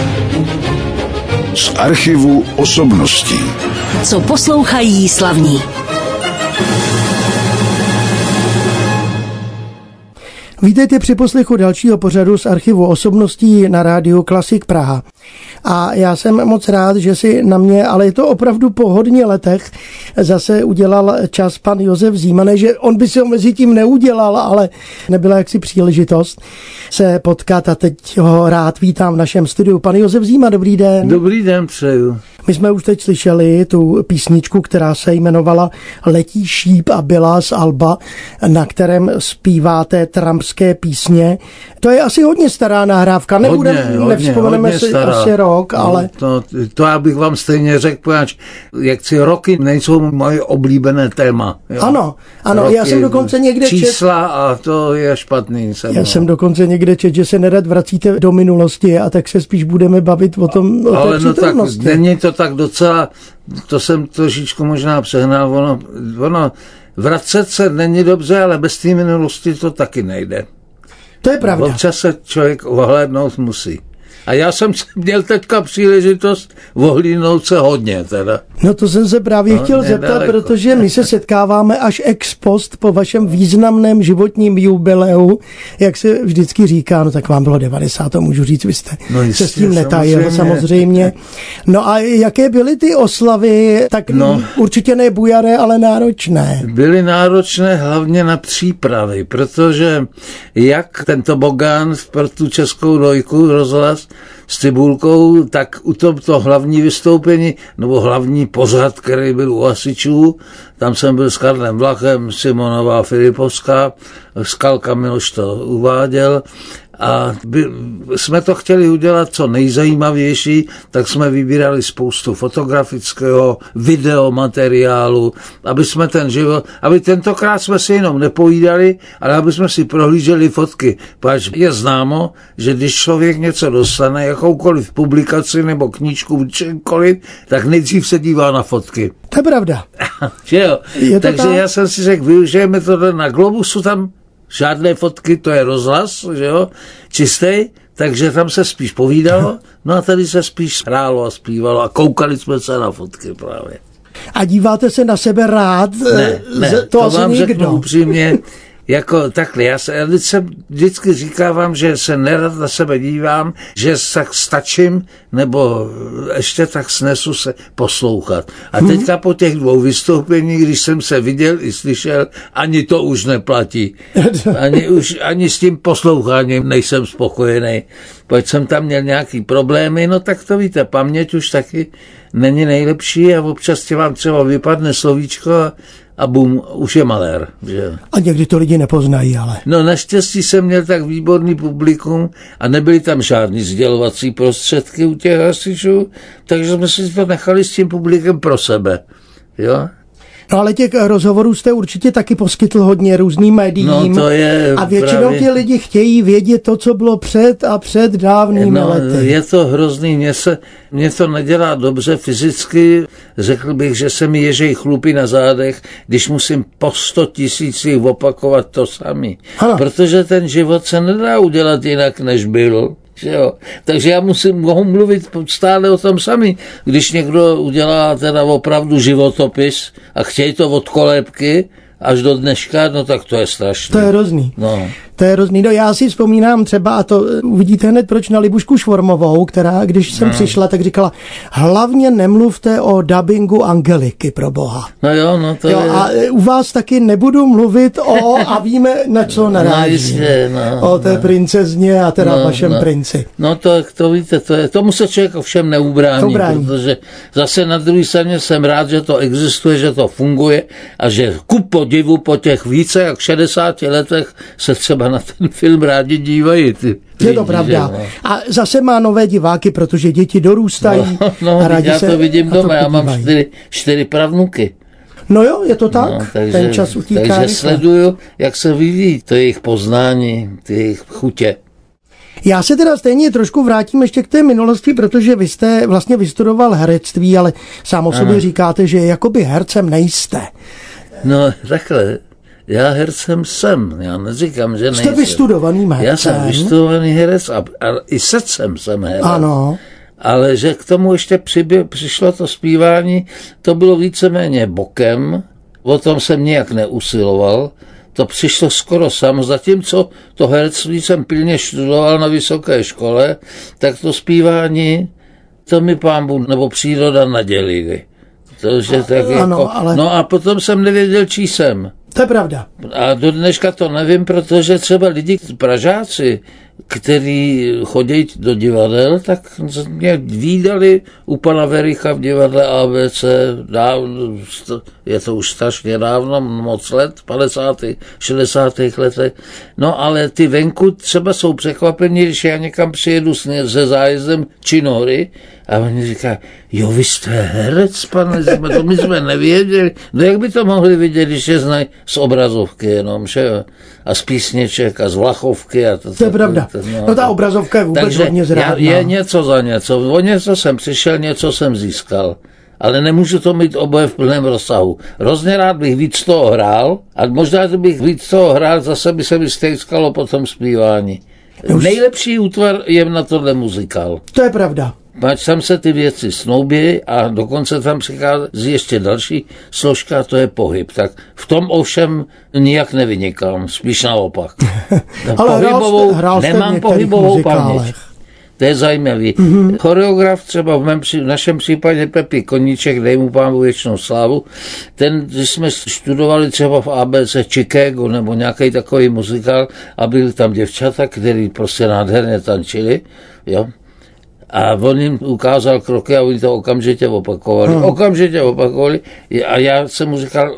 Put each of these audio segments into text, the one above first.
Z archivu osobností. Co poslouchají slavní. Vítejte při poslechu dalšího pořadu z archivu osobností na rádiu Klasik Praha. A já jsem moc rád, že si na mě, ale je to opravdu po hodně letech, zase udělal čas pan Josef Zíma. Ne, že on by si ho mezi tím neudělal, ale nebyla jaksi příležitost se potkat a teď ho rád vítám v našem studiu. Pan Josef Zíma, dobrý den. Dobrý den, přeju. My jsme už teď slyšeli tu písničku, která se jmenovala Letí šíp a byla z alba, na kterém zpíváte trampské písně. To je asi hodně stará nahrávka, nevzpomeneme si asi rok, ale... To já bych vám stejně řekl, poněvadž jak si roky nejsou moje oblíbené téma. Jo? Ano, roky, já jsem dokonce někde čísla a to je špatný. Jsem dokonce někde čet, že se nerad vracíte do minulosti a tak se spíš budeme bavit o tom, o té přítomnosti. Tak není to tak docela, to jsem trošičku možná přehnal, ono vracet se není dobře, ale bez té minulosti to taky nejde. To je pravda. Občas se člověk ohlédnout musí. A já jsem měl teďka příležitost ohlídnout se hodně teda. No to jsem se právě chtěl zeptat, protože my se setkáváme až ex post po vašem významném životním jubileu, jak se vždycky říká, no tak vám bylo 90, to můžu říct, vy jste se s tím netajil samozřejmě. No a jaké byly ty oslavy, tak určitě ne bujaré, ale náročné. Byly náročné hlavně na přípravy, protože jak ten tobogán pro tu Českou dvojku rozhlas s Cibulkou, tak u to hlavní vystoupení, nebo hlavní pořad, který byl u hasičů, tam jsem byl s Karlem Vlachem, Simonová, Filipovská, Skalka Miloš to uváděl a jsme to chtěli udělat co nejzajímavější, tak jsme vybírali spoustu fotografického videomateriálu, aby jsme ten život, aby tentokrát jsme si jenom nepovídali, ale aby jsme si prohlíželi fotky. Protože je známo, že když člověk něco dostane, jakoukoliv publikaci nebo knížku, čemkoliv, tak nejdřív se dívá na fotky. To je pravda. Že jo? Takže já jsem si řekl, využijeme to na Globusu, tam žádné fotky, to je rozhlas, že jo, čistý, takže tam se spíš povídalo, no a tady se spíš hrálo a zpívalo a koukali jsme se na fotky právě. A díváte se na sebe rád? Ne, to vám řeknu upřímně, jako takhle, já vždycky říkávám, že se nerad na sebe dívám, že tak stačím, nebo ještě tak snesu se poslouchat. A teďka po těch 2 vystoupeních, když jsem se viděl i slyšel, ani to už neplatí. Ani s tím posloucháním nejsem spokojený. Pokud jsem tam měl nějaký problémy, no tak to víte, paměť už taky není nejlepší a občas tě vám třeba vypadne slovíčko a bum, už je malér. Že? A někdy to lidi nepoznají, ale... No naštěstí jsem měl tak výborný publikum a nebyly tam žádný sdělovací prostředky u těch hasičů, takže jsme si to nechali s tím publikem pro sebe. Jo? No ale těch rozhovorů jste určitě taky poskytl hodně různým médiím. No to je a většinou právě... ti lidi chtějí vědět to, co bylo před dávnými lety. Je to hrozný, mě to nedělá dobře fyzicky, řekl bych, že se mi ježej chlupy na zádech, když musím po 100 000 opakovat to samý. Ano. Protože ten život se nedá udělat jinak, než byl. Jo. Takže já mohu mluvit stále o tom sami. Když někdo udělá teda opravdu životopis a chtějí to od kolébky až do dneška, no tak to je strašné. To je hrozný. To je hrozný. No já si vzpomínám třeba, a to uvidíte hned proč, na Libušku Švormovou, která, když jsem přišla, tak říkala, hlavně nemluvte o dabingu Angeliky, pro boha. To je... A u vás taky nebudu mluvit a víme, na co naráží. O té princezně a teda vašem princi. No to víte, tomu se člověk ovšem neubrání, protože zase na druhé straně jsem rád, že to existuje, že to funguje a že ku podivu po těch více jak 60 letech se třeba na ten film rádi dívají. Je to pravda. A zase má nové diváky, protože děti dorůstají. A rádi já to vidím doma, já mám 4 pravnuky. No jo, je to tak. Ten čas utíká. Takže sleduju, jak se vyvíjí to jejich poznání, ty jejich chutě. Já se teda stejně trošku vrátím ještě k té minulosti, protože vy jste vlastně vystudoval herectví, ale sám o sobě říkáte, že jakoby hercem nejste. No takhle. Já hercem jsem, já neříkám, že nejsem. Jste vystudovaným hercem. Já jsem vystudovaný herec a i srdcem jsem herec. Ano. Ale že k tomu ještě přišlo to zpívání, to bylo víceméně bokem, o tom jsem nijak neusiloval, to přišlo skoro samo, zatímco to herectví jsem pilně studoval na vysoké škole, tak to zpívání, to mi Pán Bůh nebo příroda nadělili. No a potom jsem nevěděl, čí jsem. To je pravda. A do dneška to nevím, protože třeba lidi, Pražáci, kteří chodí do divadel, tak mě vídali u pana Vericha v divadle ABC, dávno, je to už strašně dávno, moc let, 50. 60. letech. No ale ty venku třeba jsou překvapení, když já někam přijedu se zájezdem Činohry a oni říkají, jo, vy jste herec, pane Zima, to my jsme nevěděli. No jak by to mohli vidět, když je znají z obrazovky jenom, že jo? A z písniček a z Vlachovky. A to je pravda. No ta obrazovka je vůbec hodně zrádná. Je něco za něco. O něco jsem přišel, něco jsem získal. Ale nemůžu to mít oboje v plném rozsahu. Hrozně rád bych víc toho hrál a možná, kdybych víc toho hrál, zase by se mi stejskalo po tom zpívání. Nejlepší útvar je na tohle muzikál. To je pravda. Pač tam se ty věci snoubí a dokonce tam přichází ještě další složka, to je pohyb. Tak v tom ovšem nijak nevynikám, spíš naopak. Ale hrál jste nemám pohybovou paměť. To je zajímavý. Choreograf třeba v našem případě Pepi Koníček, dej mu Pán Bůh věčnou slávu, ten, když jsme studovali třeba v ABC Chicago nebo nějaký takový muzikál a byli tam děvčata, který prostě nádherně tančili, jo. A on jim ukázal kroky a oni to okamžitě opakovali. A já jsem mu říkal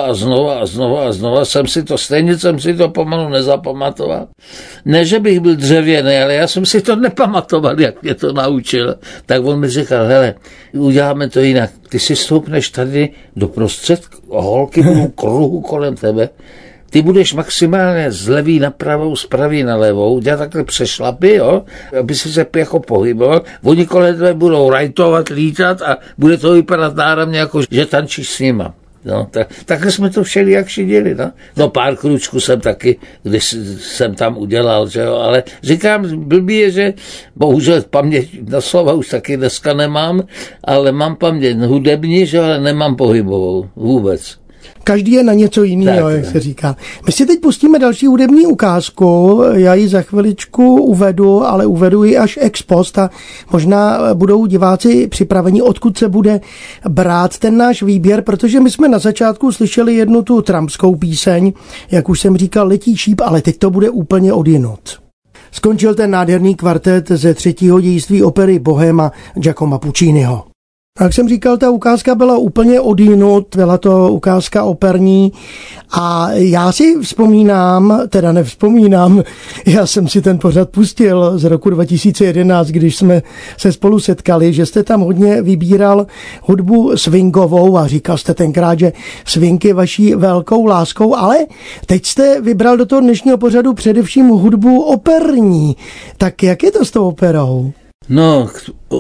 znova, stejně jsem si to pomalu nezapamatoval. Ne, že bych byl dřevěný, ale já jsem si to nepamatoval, jak mě to naučil. Tak on mi říkal, hele, uděláme to jinak. Ty si stoupneš tady do prostředku, holky budou kruhu kolem tebe. Ty budeš maximálně z levý na pravou, z pravý na levou, dělat takhle přešlapy, jo, aby si se jako pohyboval. Oni kolem tebe budou rajtovat, lítat a bude to vypadat náramně, jako že tančíš s nima. No, takhle jsme to všelijak šidili, no. No pár kručků jsem taky, když jsem tam udělal, že jo, ale říkám, blbý je, že bohužel paměť na slova už taky dneska nemám, ale mám paměť hudební, že jo, ale nemám pohybovou vůbec. Každý je na něco jiného, jak se říká. My si teď pustíme další hudební ukázku, já ji za chviličku uvedu, ale uvedu ji až ex post a možná budou diváci připraveni, odkud se bude brát ten náš výběr, protože my jsme na začátku slyšeli jednu tu trumpskou píseň, jak už jsem říkal, Letí šíp, ale teď to bude úplně odjinud. Skončil ten nádherný kvartet ze 3. dějství opery Bohéma Giacomo Pucciniho. Jak jsem říkal, ta ukázka byla úplně odjinud, byla to ukázka operní a já si nevzpomínám, já jsem si ten pořad pustil z roku 2011, když jsme se spolu setkali, že jste tam hodně vybíral hudbu swingovou a říkal jste tenkrát, že swing je vaší velkou láskou, ale teď jste vybral do toho dnešního pořadu především hudbu operní. Tak jak je to s tou operou? No,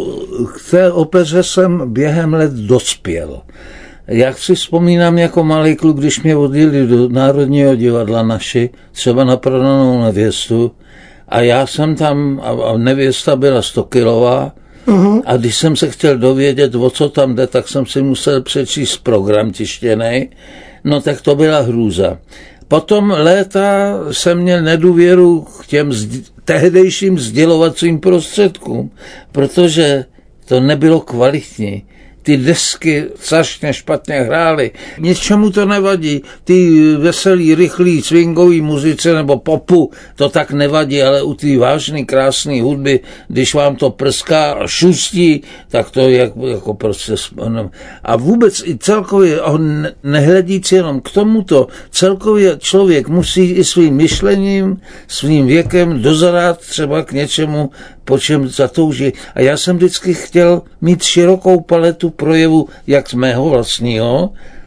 k té opeře jsem během let dospěl. Jak si vzpomínám jako malý kluk, když mě odjeli do Národního divadla naši, třeba na Prodanou nevěstu, a já jsem tam, a nevěsta byla 100kilová, a když jsem se chtěl dovědět, o co tam jde, tak jsem si musel přečíst program tištěnej, no tak to byla hrůza. Potom léta jsem měl nedůvěru k těm tehdejším sdělovacím prostředkům, protože to nebylo kvalitní. Ty desky strašně špatně hrály. Ničemu to nevadí. Ty veselý, rychlý, swingový muzice nebo popu, to tak nevadí, ale u té vážné, krásné hudby, když vám to prská a šustí, tak to je jako prostě... A vůbec i celkově, nehledíc jenom k tomuto, celkově člověk musí i svým myšlením, svým věkem dozrát třeba k něčemu, po čem zatouží. A já jsem vždycky chtěl mít širokou paletu projevu, jak z mého vlastního,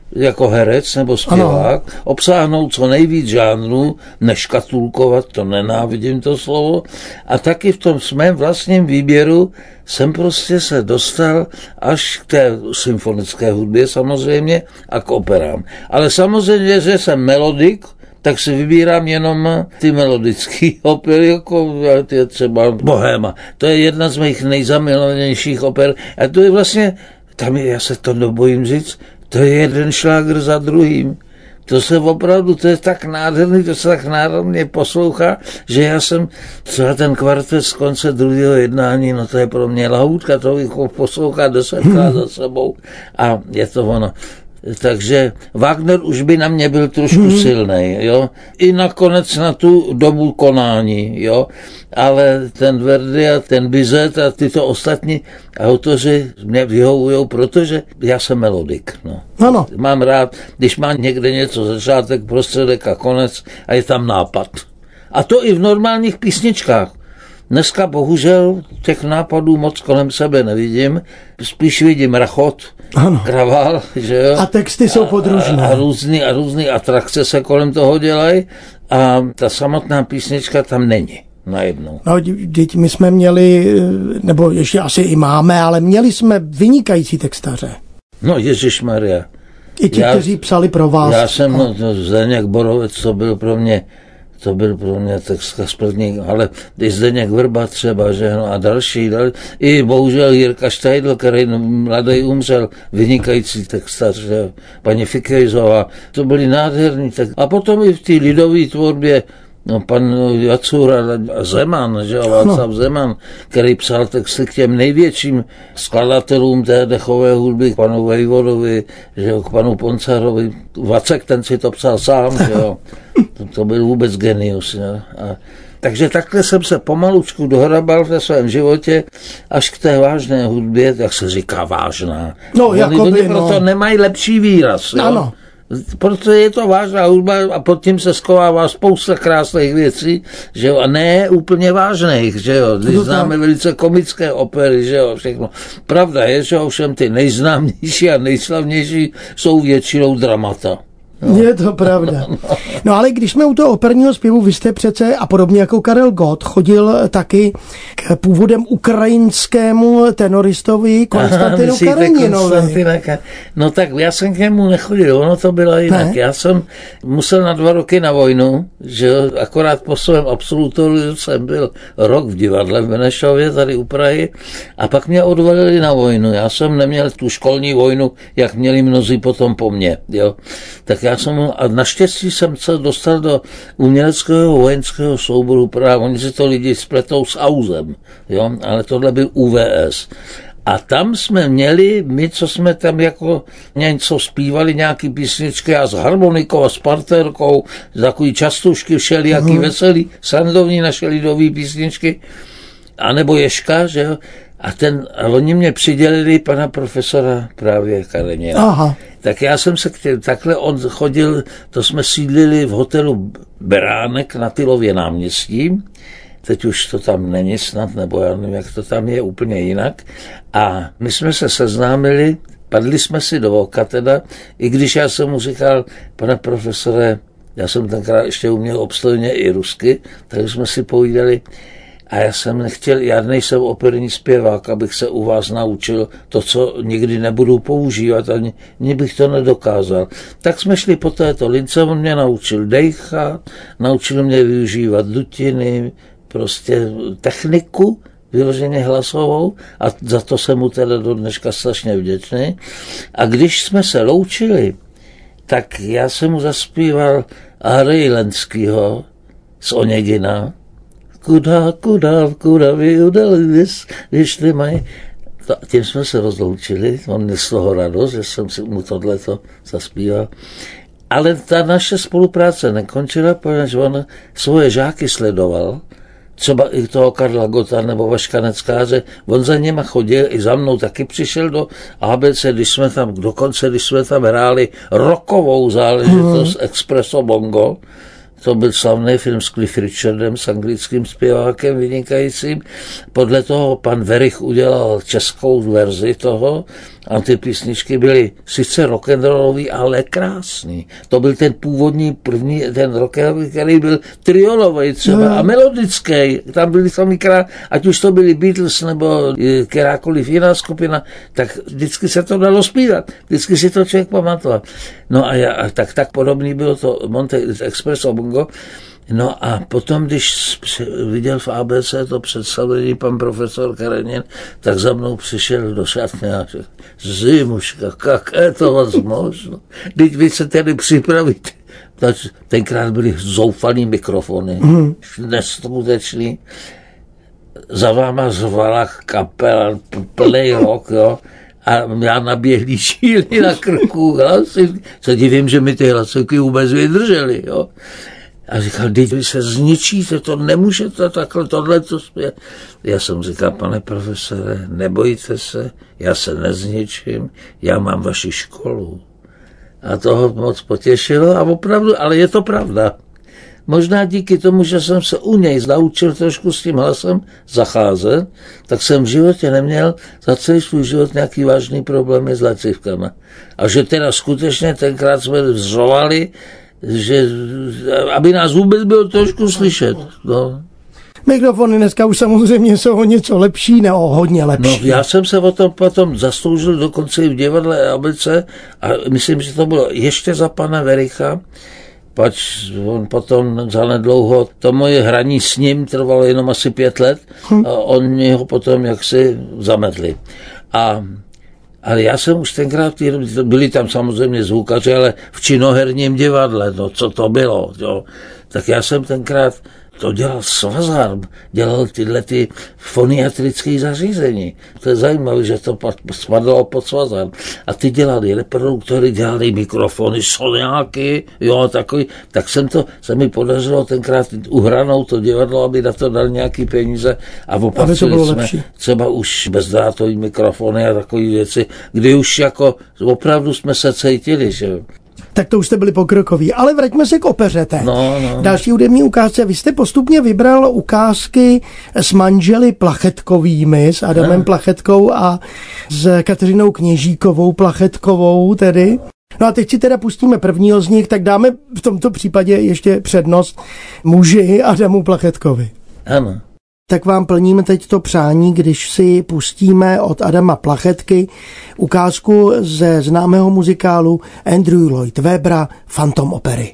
jako herec nebo zpěvák, obsáhnout co nejvíc žánrů, neškatulkovat, to nenávidím to slovo, a taky v tom svém vlastním výběru jsem prostě se dostal až k té symfonické hudbě samozřejmě a k operám. Ale samozřejmě, že jsem melodik, tak si vybírám jenom ty melodické opery, jako je třeba Bohéma. To je jedna z mých nejzamilovanějších oper. A to je vlastně, tam já se to nebojím říct, to je jeden šlágr za druhým. To se opravdu, to je tak nádherný, to se tak nádherně poslouchá, že já jsem třeba ten kvartet z konce druhého jednání, no to je pro mě lahůdka, to bych poslouchá 10krát za sebou a je to ono. Takže Wagner už by na mě byl trošku silnej, jo. I nakonec na tu dobu konání, jo. Ale ten Verdi a ten Bizet a tyto ostatní autoři mě vyhovujou, protože já jsem melodik, no. Ano. Mám rád, když má někde něco začátek, prostředek a konec a je tam nápad. A to i v normálních písničkách. Dneska bohužel těch nápadů moc kolem sebe nevidím, spíš vidím rachot, kravál, že jo. A texty jsou podružné. A různý atrakce se kolem toho dělají a ta samotná písnička tam není najednou. No, teď my jsme měli, nebo ještě asi i máme, ale měli jsme vynikající textaře. No ježišmarja. I ti, kteří psali pro vás. Já jsem, Zdeněk Borovec, to byl pro mě textka z první, ale i Zdeněk Vrba třeba, že no, a další, i bohužel Jirka Štajdl, který mladý umřel, vynikající textař, že paní Fikejzová, to byli nádherní. A potom i v té lidové tvorbě, no, pan Jacura a Zeman, že jo, Václav Zeman, který psal texty k těm největším skladatelům té dechové hudby, k panu Vejvodovi, že jo, k panu Poncarovi, Vacek, ten si to psal sám, že jo, to byl vůbec genius, jo. Takže takhle jsem se pomalučku dohrabal ve svém životě až k té vážné hudbě, jak se říká vážná. No, jakoby, proto nemají lepší výraz, jo. Ano. Protože je to vážná hudba a pod tím se skovává spousta krásných věcí, že jo, a ne úplně vážných, že jo, když známe velice komické opery, že jo, všechno. Pravda je, že ovšem ty nejznámější a nejslavnější jsou většinou dramata. No. Je to pravda. No ale když jsme u toho operního zpěvu, vy jste přece, a podobně jako Karel Gott, chodil taky k původem ukrajinskému tenoristovi Konstantinu Kareninovi. No tak já jsem k němu nechodil, ono to bylo jinak. Ne? Já jsem musel na 2 roky na vojnu, že akorát po svém absolutoriu jsem byl rok v divadle v Benešově, tady u Prahy, a pak mě odvolili na vojnu. Já jsem neměl tu školní vojnu, jak měli mnozí potom po mně, jo. Tak a naštěstí jsem se dostal do uměleckého vojenského souboru Praha. Oni si to lidi spletou s Auzem, jo? Ale tohle byl UVS. A tam jsme měli, my, co jsme tam jako něco zpívali, nějaký písničky a s harmonikou a s partérkou, takový častušky všelijaký veselý, srandovní naše lidové písničky, anebo Ježka, že jo? A oni mě přidělili pana profesora právě Karenina. Aha. Tak já jsem se takhle on chodil, to jsme sídlili v hotelu Beránek na Tylově náměstí, teď už to tam není snad, nebo já nevím, jak to tam je úplně jinak. A my jsme se seznámili, padli jsme si do oka teda, i když já jsem mu říkal, pane profesore, já jsem tenkrát ještě uměl obstojně i rusky, takže jsme si povídali. A já nejsem operní zpěvák, abych se u vás naučil to, co nikdy nebudu používat, ani bych to nedokázal. Tak jsme šli po této lince, on mě naučil dejchat, naučil mě využívat dutiny, prostě techniku, vyloženě hlasovou, a za to jsem mu teda do dneška strašně vděčný. A když jsme se loučili, tak já jsem mu zaspíval árii Lenskýho z Oněgina, Kuda, vy udali, když ty mají. Tím jsme se rozloučili, on měl z toho radost, že jsem si mu tohleto zaspíval. Ale ta naše spolupráce nekončila, protože on svoje žáky sledoval, třeba i toho Karla Gotta nebo Vaška Neckáře, on za něma chodil, i za mnou taky přišel do ABC, když jsme tam hráli rockovou záležitost Expresso Bongo, to byl slavný film s Cliff Richardem, s anglickým zpěvákem vynikajícím. Podle toho pan Werich udělal českou verzi toho a ty písničky byly sice rock'n'rollový, ale krásný. To byl ten původní první, ten rock'n'rollový, který byl triolový třeba a melodický. Tam byly sami ať už to byli Beatles nebo kterákoliv jiná skupina, tak vždycky se to dalo zpívat. Vždycky si to člověk pamatoval. No a tak podobný bylo to Monte Express Obongo. No a potom, když viděl v ABC to představení pan profesor Karenin, tak za mnou přišel do šatny a řekl, Zimuška, jak je to vás možno? Teď vy se tedy připravíte. Tenkrát byly zoufalý mikrofony, neskutečný. Za váma zvala kapela, plný rock, jo. A já naběhlý šíli na krku hlasivky. Se divím, že mi ty hlasivky vůbec vydržely, jo. A říkal, teď vy se zničíte, to nemůžete takhle, tohleto zpět. Já jsem říkal, pane profesore, nebojte se, já se nezničím, já mám vaši školu. A toho moc potěšilo a opravdu, ale je to pravda. Možná díky tomu, že jsem se u něj naučil trošku s tím hlasem zacházet, tak jsem v životě neměl za celý svůj život nějaký vážný problémy s hlasivkama. A že teda skutečně tenkrát jsme vzřovali, že aby nás vůbec bylo trošku slyšet. No. Mikrofony dneska už samozřejmě jsou o něco lepší, nebo hodně lepší. No, já jsem se o tom potom zasloužil dokonce i v divadle ABC a myslím, že to bylo ještě za pana Wericha, pač on potom zanedlouho, to moje hraní s ním trvalo jenom asi 5 let a oni ho potom jaksi zametli. Ale já jsem už tenkrát, byli tam samozřejmě zvukaři, ale v činoherním divadle, no co to bylo, jo. Tak já jsem tenkrát to dělal Svazarm, dělal tyhle ty foniatrické zařízení. To je zajímavé, že to spadlo pod Svazarm. A ty dělali reproduktory, dělali mikrofony, soňáky, jo, takový. Tak se mi podařilo tenkrát uhranout to divadlo, aby na to dal nějaký peníze a opatřili jsme třeba už bezdrátový mikrofony a takové věci, kdy už jako opravdu jsme se cítili, že tak to už jste byli pokrokoví. Ale vraťme se k opeře teď. No. Další hudební ukázce. Vy jste postupně vybral ukázky s manželi Plachetkovými, s Adamem Plachetkou a s Kateřinou Kněžíkovou Plachetkovou tedy. No a teď si teda pustíme prvního z nich, tak dáme v tomto případě ještě přednost muži Adamu Plachetkovi. Ano. Tak vám plníme teď to přání, když si pustíme od Adama Plachetky ukázku ze známého muzikálu Andrew Lloyd Webbera Phantom opery.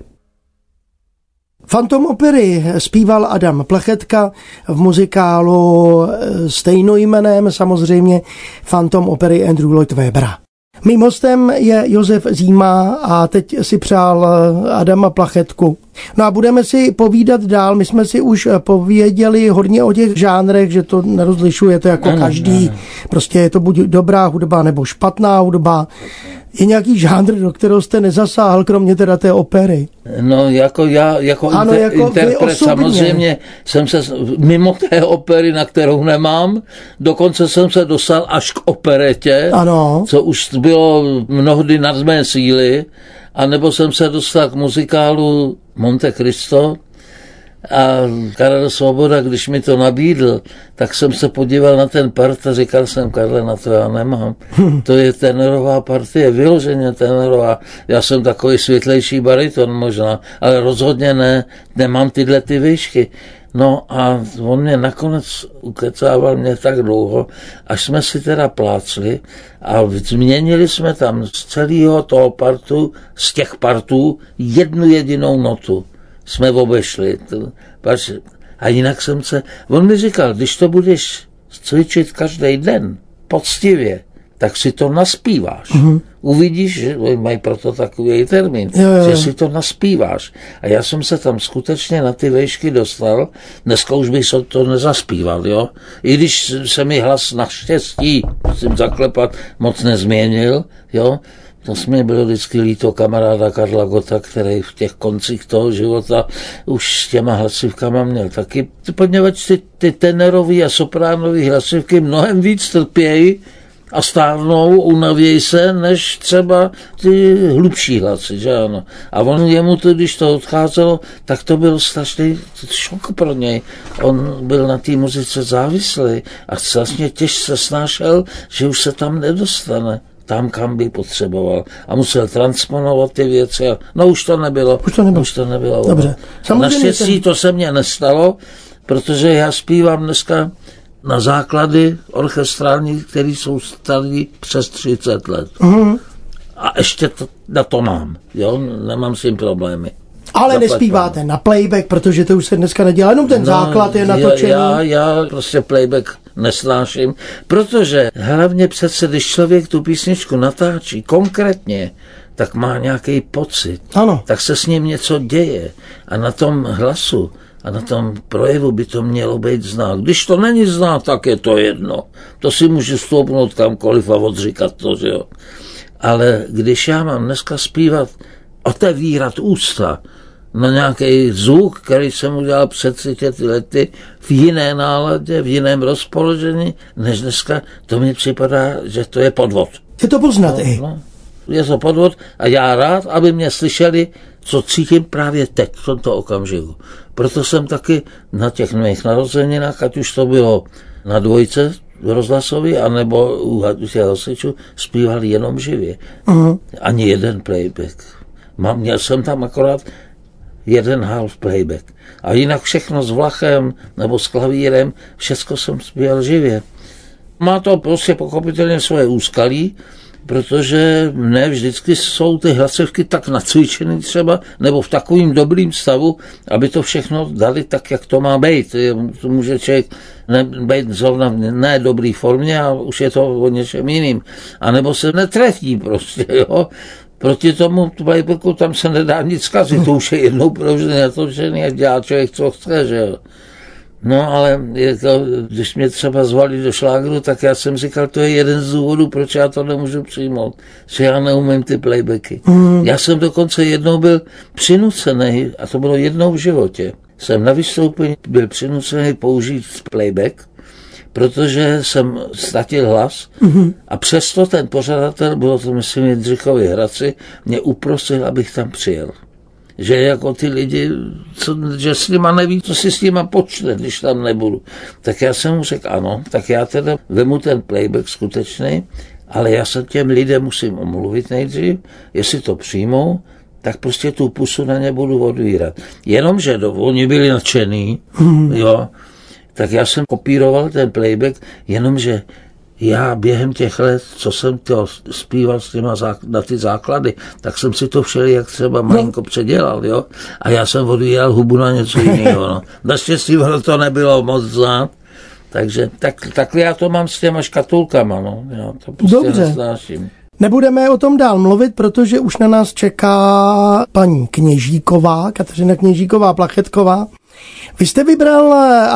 Phantom opery zpíval Adam Plachetka v muzikálu stejnojmenném samozřejmě Phantom opery Andrew Lloyd Webbera. Mým hostem je Josef Zíma a teď si přál Adama Plachetku. No a budeme si povídat dál. My jsme si už pověděli hodně o těch žánrech, že to nerozlišujete jako každý. Prostě je to buď dobrá hudba nebo špatná hudba. Je nějaký žánr, do kterého jste nezasáhl, kromě teda té opery? No, jako já, jako interpret samozřejmě jsem se mimo té opery, na kterou nemám, dokonce jsem se dostal až k operetě, ano. Co už bylo mnohdy nad mé síly, anebo jsem se dostal k muzikálu Monte Cristo a Karel Svoboda, když mi to nabídl, tak jsem se podíval na ten part a říkal jsem, Karle, na to já nemám. To je tenorová partie, vyloženě tenorová. Já jsem takový světlejší bariton možná, ale rozhodně nemám tyhle ty výšky. No a on mě nakonec ukecával mě tak dlouho, až jsme si teda plácli a změnili jsme tam z celého toho partu, z těch partů, jednu jedinou notu. Jsme obešli. A jinak on mi říkal, když to budeš cvičit každý den, poctivě, tak si to naspíváš. Uvidíš, že mají proto takový termín, že si to naspíváš. A já jsem se tam skutečně na ty vejšky dostal, dneska už bych to nezaspíval, jo. I když se mi hlas naštěstí, musím zaklepat, moc nezměnil, jo. To mě bylo vždycky líto kamaráda Karla Gota, který v těch koncích toho života už s těma hlasivkama měl taky, poněvadž ty tenorové a sopránový hlasivky mnohem víc trpějí a stárnou, unavějí se, než třeba ty hlubší hlasy, že ano. A on jemu to, když to odcházelo, tak to byl strašný šok pro něj. On byl na té muzice závislý a vlastně těžce snášel, že už se tam nedostane. Tam, kam by potřeboval. A musel transponovat ty věci. No už to nebylo. Už to nebylo. Dobře. Naštěstí to se mně nestalo, protože já zpívám dneska na základy orchestrální, které jsou starý přes 30 let. A ještě na to mám. Jo? Nemám s tím problémy. Ale nespíváte na playback, protože to už se dneska nedělá, jenom ten základ je natočený. Já prostě playback nesnáším, protože hlavně přece, když člověk tu písničku natáčí konkrétně, tak má nějaký pocit, ano. Tak se s ním něco děje a na tom hlasu a na tom projevu by to mělo být znát. Když to není znát, tak je to jedno. To si můžu stoupnout kamkoliv a odříkat to, že jo. Ale když já mám dneska zpívat, otevírat ústa na nějaký zvuk, který jsem udělal před 30 lety v jiné náladě, v jiném rozpoložení, než dneska, to mi připadá, že to je podvod. Je to poznat i. No, je to podvod a já rád, aby mě slyšeli, co cítím právě teď, v tomto okamžiku. Proto jsem taky na těch mých narozeninách, ať už to bylo na dvojce rozhlasový, anebo u těch hasičů, zpíval jenom živě. Ani jeden playback. Měl jsem tam akorát jeden half playback. A jinak všechno s Vlachem nebo s klavírem, všecko jsem zpíval živě. Má to prostě pochopitelně svoje úskalí, protože ne vždycky jsou ty hlasivky tak nacvičený třeba, nebo v takovým dobrým stavu, aby to všechno dali tak, jak to má být. To může člověk být zrovna v ne dobrý formě a už je to o něčem jiným. A nebo se netrefí prostě, jo. Proti tomu playbacku tam se nedá nic zkazit, to už je jednou provždy natočený a dělá člověk, co chce, že jo. No ale když mě třeba zvali do šlágru, tak já jsem říkal, to je jeden z důvodů, proč já to nemůžu přijmout, že já neumím ty playbacky. Já jsem dokonce jednou byl přinucený, a to bylo jednou v životě, jsem na vystoupení byl přinucený použít playback, protože jsem ztratil hlas a přesto ten pořadatel, bylo to myslím Jindřichovi Hradci, mě uprosil, abych tam přijel. Že jako ty lidi, že s nima neví, co si s nima počne, když tam nebudu. Tak já jsem mu řekl ano, tak já teda vemu ten playback skutečný, ale já se těm lidem musím omluvit nejdřív, jestli to přijmou, tak prostě tu pusu na ně budu odvírat. Jenomže oni byli nadšený, jo, tak já jsem kopíroval ten playback, jenomže já během těch let, co jsem to zpíval s těma na ty základy, tak jsem si to všelijak třeba malinko předělal, jo? A já jsem odvíjel hubu na něco jiného, no. Naštěstí to nebylo moc znát, takže takhle já to mám s těma škatulkama, no. Jo, to prostě nesnáším. Nebudeme o tom dál mluvit, protože už na nás čeká paní Kněžíková, Kateřina Kněžíková Plachetková. Vy jste vybral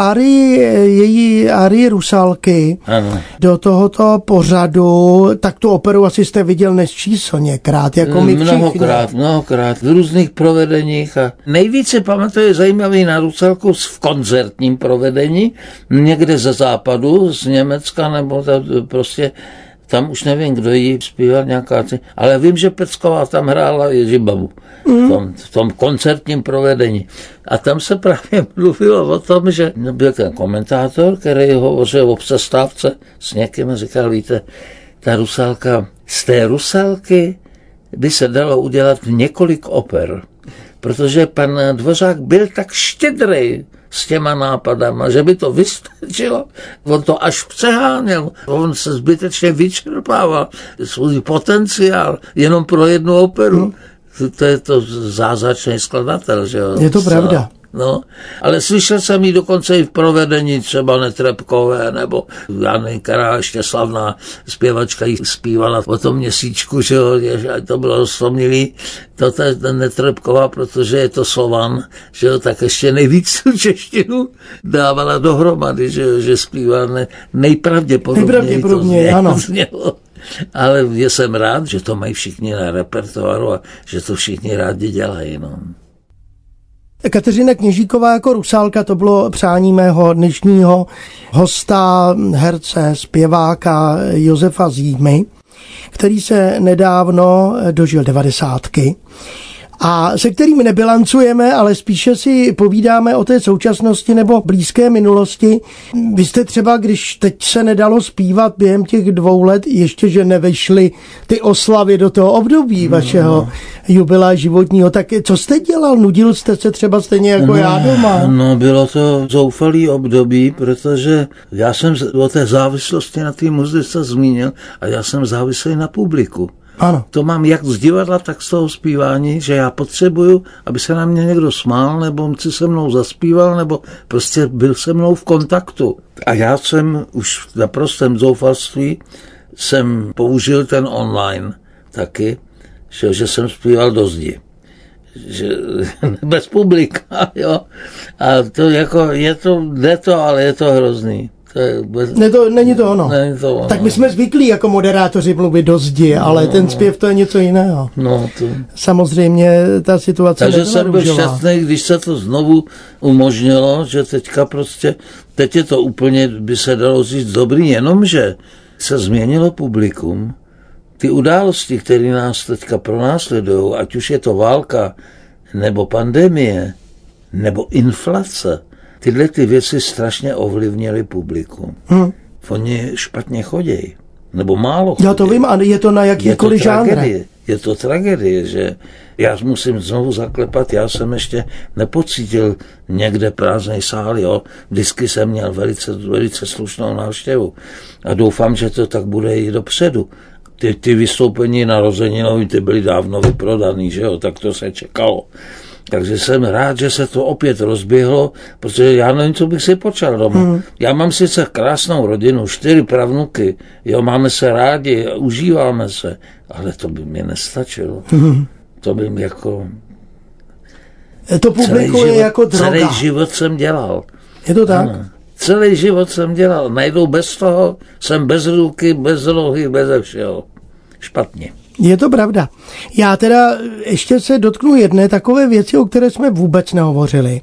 její árii Rusálky do tohoto pořadu, tak tu operu asi jste viděl nesčíslněkrát, jako my všichni. Mnohokrát, v různých provedeních a nejvíce pamatuju zajímavý na Rusálku v koncertním provedení, někde ze západu, z Německa, nebo prostě tam už nevím, kdo jí zpíval nějaká, ale vím, že Pecková tam hrála Ježibabu v tom koncertním provedení. A tam se právě mluvilo o tom, že byl ten komentátor, který hovořil o přestávce s někým a říkal, víte, ta Rusálka, z té Rusálky by se dalo udělat několik oper, protože pan Dvořák byl tak štědrej s těma nápadama, že by to vystačilo. On to až přeháněl. On se zbytečně vyčerpával svůj potenciál jenom pro jednu operu. To je to zázračný skladatel, že jo? Je to pravda. No, ale slyšel jsem ji dokonce i v provedení třeba Netrebkové, nebo Jany, která ještě slavná zpěvačka, jí zpívala o tom Měsíčku, že jo, to bylo roztomilý, to ta Netrebková, protože je to Slovan, že jo, tak ještě nejvíc tu češtinu dávala dohromady, že zpívala nejpravděpodobněji, ano. Znělo. Ale jsem rád, že to mají všichni na repertoáru a že to všichni rádi dělají, no. Kateřina Kněžíková jako Rusálka, to bylo přání mého dnešního hosta, herce, zpěváka Josefa Zímy, který se nedávno dožil 90. a se kterými nebilancujeme, ale spíše si povídáme o té současnosti nebo blízké minulosti. Vy jste třeba, když teď se nedalo zpívat během těch 2 let, ještě že nevešly ty oslavy do toho období vašeho jubilea životního, tak co jste dělal? Nudil jste se třeba stejně jako já doma? No, bylo to zoufalý období, protože já jsem o té závislosti na té muzice zmínil a já jsem závislý na publiku. Ano. To mám jak z divadla, tak z toho zpívání, že já potřebuju, aby se na mě někdo smál, nebo si se mnou zaspíval, nebo prostě byl se mnou v kontaktu. A já jsem už v naprostém zoufalství jsem použil ten online taky, že jsem zpíval do zdi. Že, bez publika, jo. A to jako, jde to, ale je to hrozný. Není to ono. Tak my jsme zvyklí jako moderátoři mluvit do zdi, ale ten zpěv to je něco jiného. Samozřejmě ta situace takže jsem byl šťastný, když se to znovu umožnilo, že teď je to úplně, by se dalo říct, dobrý, jenomže se změnilo publikum. Ty události, které nás teďka pronásledují, ať už je to válka, nebo pandemie, nebo inflace, tyhle ty věci strašně ovlivnily publikum. Oni špatně chodí, nebo málo chodí. Já to vím, a je to na jakýkoliv žánr. Je to tragédie, že já musím znovu zaklepat, já jsem ještě nepocítil někde prázdnej sál, jo. Vždycky jsem měl velice slušnou návštěvu a doufám, že to tak bude i dopředu. Ty vystoupení narozeninový, ty byly dávno vyprodaný, že jo, tak to se čekalo. Takže jsem rád, že se to opět rozběhlo, protože já nevím, co bych si počal doma. Já mám sice krásnou rodinu, 4 pravnuky, jo, máme se rádi, užíváme se, ale to by mi nestačilo. To by mi jako... To publikum je jako droga. Celý život jsem dělal. Je to tak? Ano. Celý život jsem dělal. Najednou bez toho jsem bez ruky, bez nohy, bez všeho. Špatně. Je to pravda. Já teda ještě se dotknu jedné takové věci, o které jsme vůbec nehovořili.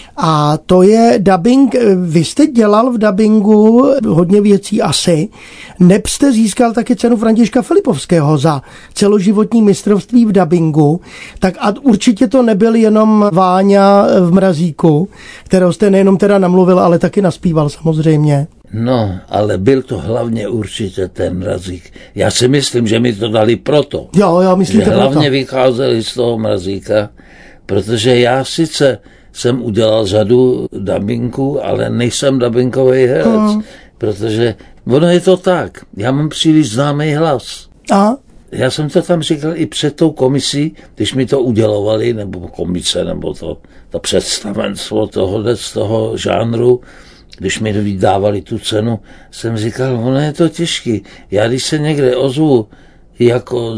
A to je dabing. Vy jste dělal v dabingu hodně věcí asi. Neb jste získal taky cenu Františka Filipovského za celoživotní mistrovství v dabingu. Tak a určitě to nebyl jenom Váňa v Mrazíku, kterého jste nejenom teda namluvil, ale taky naspíval samozřejmě. No, ale byl to hlavně určitě ten Mrazík. Já si myslím, že mi to dali proto. Jo, myslíte že proto. Hlavně vycházeli z toho Mrazíka, protože já sice jsem udělal řadu dabingů, ale nejsem dabingový herec, protože ono je to tak. Já mám příliš známý hlas. A? Já jsem to tam říkal i před tou komisí, když mi to udělovali, nebo komise, nebo to představenstvo z toho žánru, když mi dávali tu cenu, jsem říkal, ono je to těžký. Já když se někde ozvu jako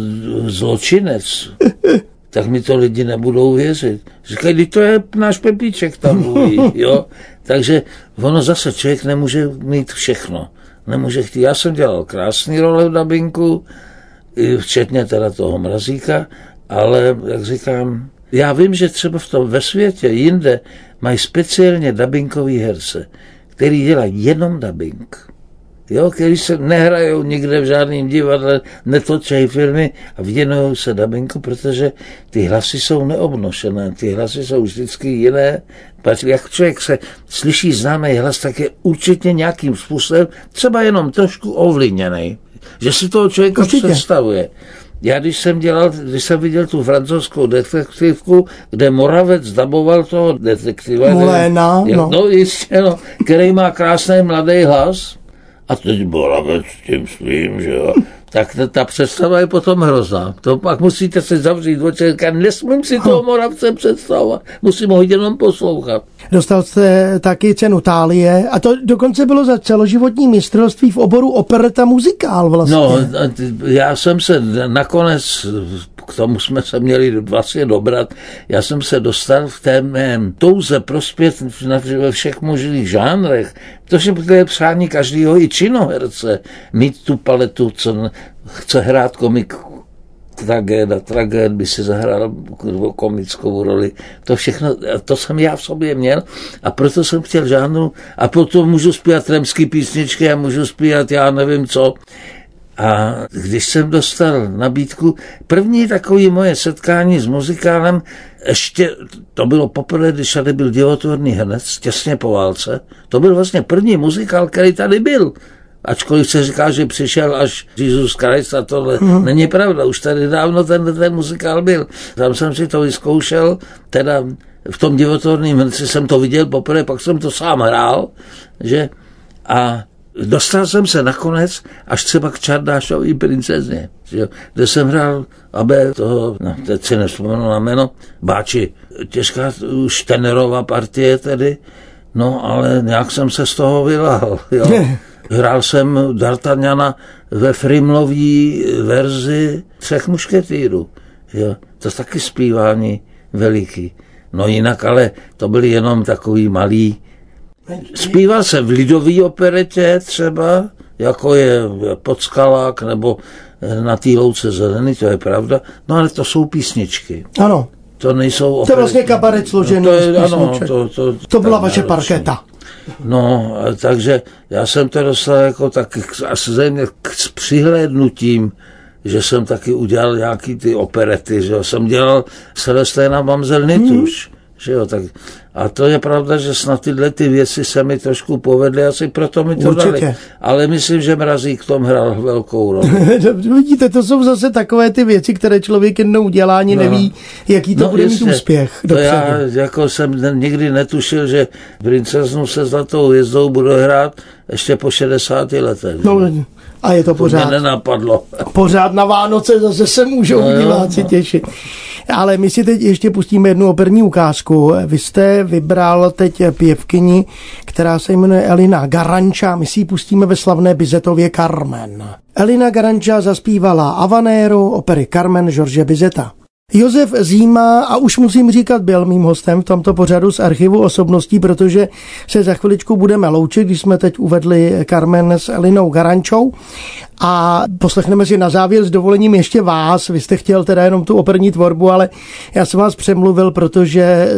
zločinec, tak mi to lidi nebudou věřit. Říkají, když to je náš Pepíček tam mluví, jo. Takže ono zase člověk nemůže mít všechno. Nemůže chtít. Já jsem dělal krásný role v dabinku, včetně teda toho Mrazíka, ale jak říkám, já vím, že třeba ve světě jinde mají speciálně dabingový herce, který dělají jenom dabing. Jo, který se nehrajou nikde v žádném divadle, netočejí filmy a věnují se dabingu, protože ty hlasy jsou neobnošené, ty hlasy jsou vždycky jiné. Jak člověk se slyší známý hlas, tak je určitě nějakým způsobem třeba jenom trošku ovlivněný, že si toho člověka představuje. Já když jsem viděl tu francouzskou detektivku, kde Moravec daboval toho detektiva, Moléna, jistě, který má krásný mladý hlas, a teď Moravec s tím svým, že jo. Tak ta představa je potom hrozná. To pak musíte se zavřít oči, nesmím si toho Moravce představovat, musím ho jenom poslouchat. Dostal jste taky cenu Thálie a to dokonce bylo za celoživotní mistrovství v oboru opereta muzikál vlastně. No, já jsem se nakonec, k tomu jsme se měli vlastně dobrat, já jsem se dostal v té mém touze prospět ve všech možných žánrech, protože to je přání každého i činoherce, mít tu paletu, co chce hrát komik tragéd by si zahrál komickou roli. To všechno, to jsem já v sobě měl a proto jsem chtěl žánru a proto můžu zpívat tramský písničky a můžu zpívat já nevím co. A když jsem dostal nabídku, první takové moje setkání s muzikálem, ještě to bylo poprvé, když tady byl divotvorný herec, těsně po válce, to byl vlastně první muzikál, který tady byl. Ačkoliv se říká, že přišel až Jesus Christ a tohle není pravda, už tady dávno ten muzikál byl. Tam jsem si to vyzkoušel, teda v tom divotvorném herci jsem to viděl poprvé, pak jsem to sám hrál, že a dostal jsem se nakonec až třeba k Čardášový princezně, kde jsem hrál toho, teď si nevzpomenu na jméno, Báči, těžká už tenerová partie tedy, no ale nějak jsem se z toho vylál, jo. Hrál jsem D'Artagnana ve Frimlový verzi 3 mušketýrů, jo. To je taky zpívání veliký, no jinak ale to byly jenom takový malý. Zpíval se v lidové operetě třeba, jako je Podskalák nebo Na té louce zelený, to je pravda, no ale to jsou písničky. Ano. To nejsou operety. To je vlastně kabaret složený to byla vaše parketa. No, takže já jsem to dostal jako taky asi zřejmě s přihlédnutím, že jsem taky udělal nějaký ty operety, že jo, jsem dělal Celesténa Mamzel Nituš. Že jo, tak, a to je pravda, že snad tyhle ty věci se mi trošku povedly, asi proto mi to dali. Ale myslím, že Mrazík v tom hrál velkou roli. Vidíte, to jsou zase takové ty věci, které člověk jednou udělá, ani neví, jaký to bude mít úspěch. To já jako jsem nikdy netušil, že Princeznu se zlatou hvězdou budu hrát ještě po 60 letech. No, a je to pořád. To mě nenapadlo. Pořád na Vánoce zase se můžou diváci těšit. Ale my si teď ještě pustíme jednu operní ukázku. Vy jste vybral teď pěvkyni, která se jmenuje Elina Garanča. My si ji pustíme ve slavné Bizetově Carmen. Elina Garanča zaspívala Havanero opery Carmen George Bizeta. Josef Zíma, a už musím říkat, byl mým hostem v tomto pořadu z archivu osobností, protože se za chviličku budeme loučit, když jsme teď uvedli Carmen s Elinou Garančou. A poslechneme si na závěr s dovolením ještě vás. Vy jste chtěl teda jenom tu operní tvorbu, ale já jsem vás přemluvil, protože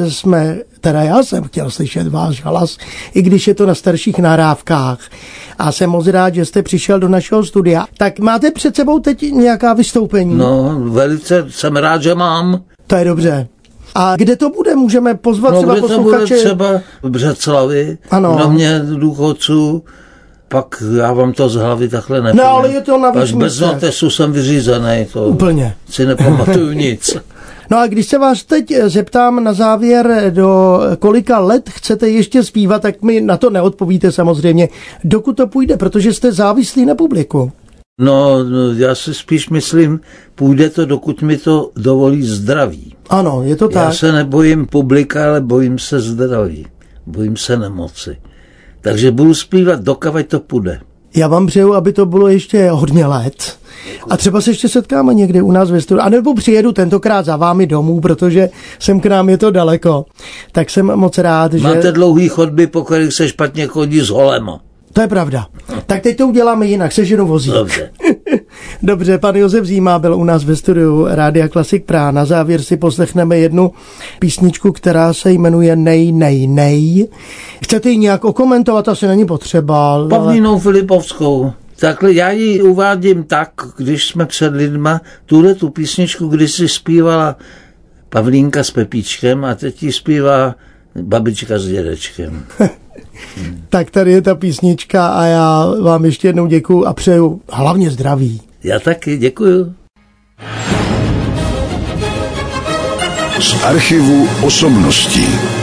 já jsem chtěl slyšet váš hlas, i když je to na starších nahrávkách. A jsem moc rád, že jste přišel do našeho studia. Tak máte před sebou teď nějaká vystoupení? No, velice jsem rád, že mám. To je dobře. A kde to bude? Můžeme pozvat třeba posluchače? To bude třeba v Břeclavi, na mě důchodců. Pak já vám to z hlavy takhle nepovím. No, ale je to na až bez notesu jsem vyřízený. To úplně. Si nepamatuju nic. No a když se vás teď zeptám na závěr, do kolika let chcete ještě zpívat, tak mi na to neodpovíte samozřejmě, dokud to půjde, protože jste závislí na publiku. No, já si spíš myslím, půjde to, dokud mi to dovolí zdraví. Ano, je to tak. Já se nebojím publika, ale bojím se zdraví. Bojím se nemoci. Takže budu zpívat, dokavať to půjde. Já vám přeju, aby to bylo ještě hodně let. A třeba se ještě setkáme někde u nás ve studiu. A nebo přijedu tentokrát za vámi domů, protože sem k nám je to daleko. Tak jsem moc rád, že... Máte dlouhý chodby, po kterých se špatně chodí s holema. To je pravda. Tak teď to uděláme jinak, seženu vozík. Dobře. Dobře, pan Josef Zíma byl u nás ve studiu Rádia Klasik Praha. Na závěr si poslechneme jednu písničku, která se jmenuje Nej, nej, nej. Chcete ji nějak okomentovat? Asi není potřeba. Pavlínou Filipovskou. Takhle já ji uvádím tak, když jsme před lidma, tu písničku kdysi zpívala Pavlínka s Pepíčkem a teď ji zpívá babička s dědečkem. Tak tady je ta písnička a já vám ještě jednou děkuju a přeju hlavně zdraví. Já taky děkuju. Z archivu osobností.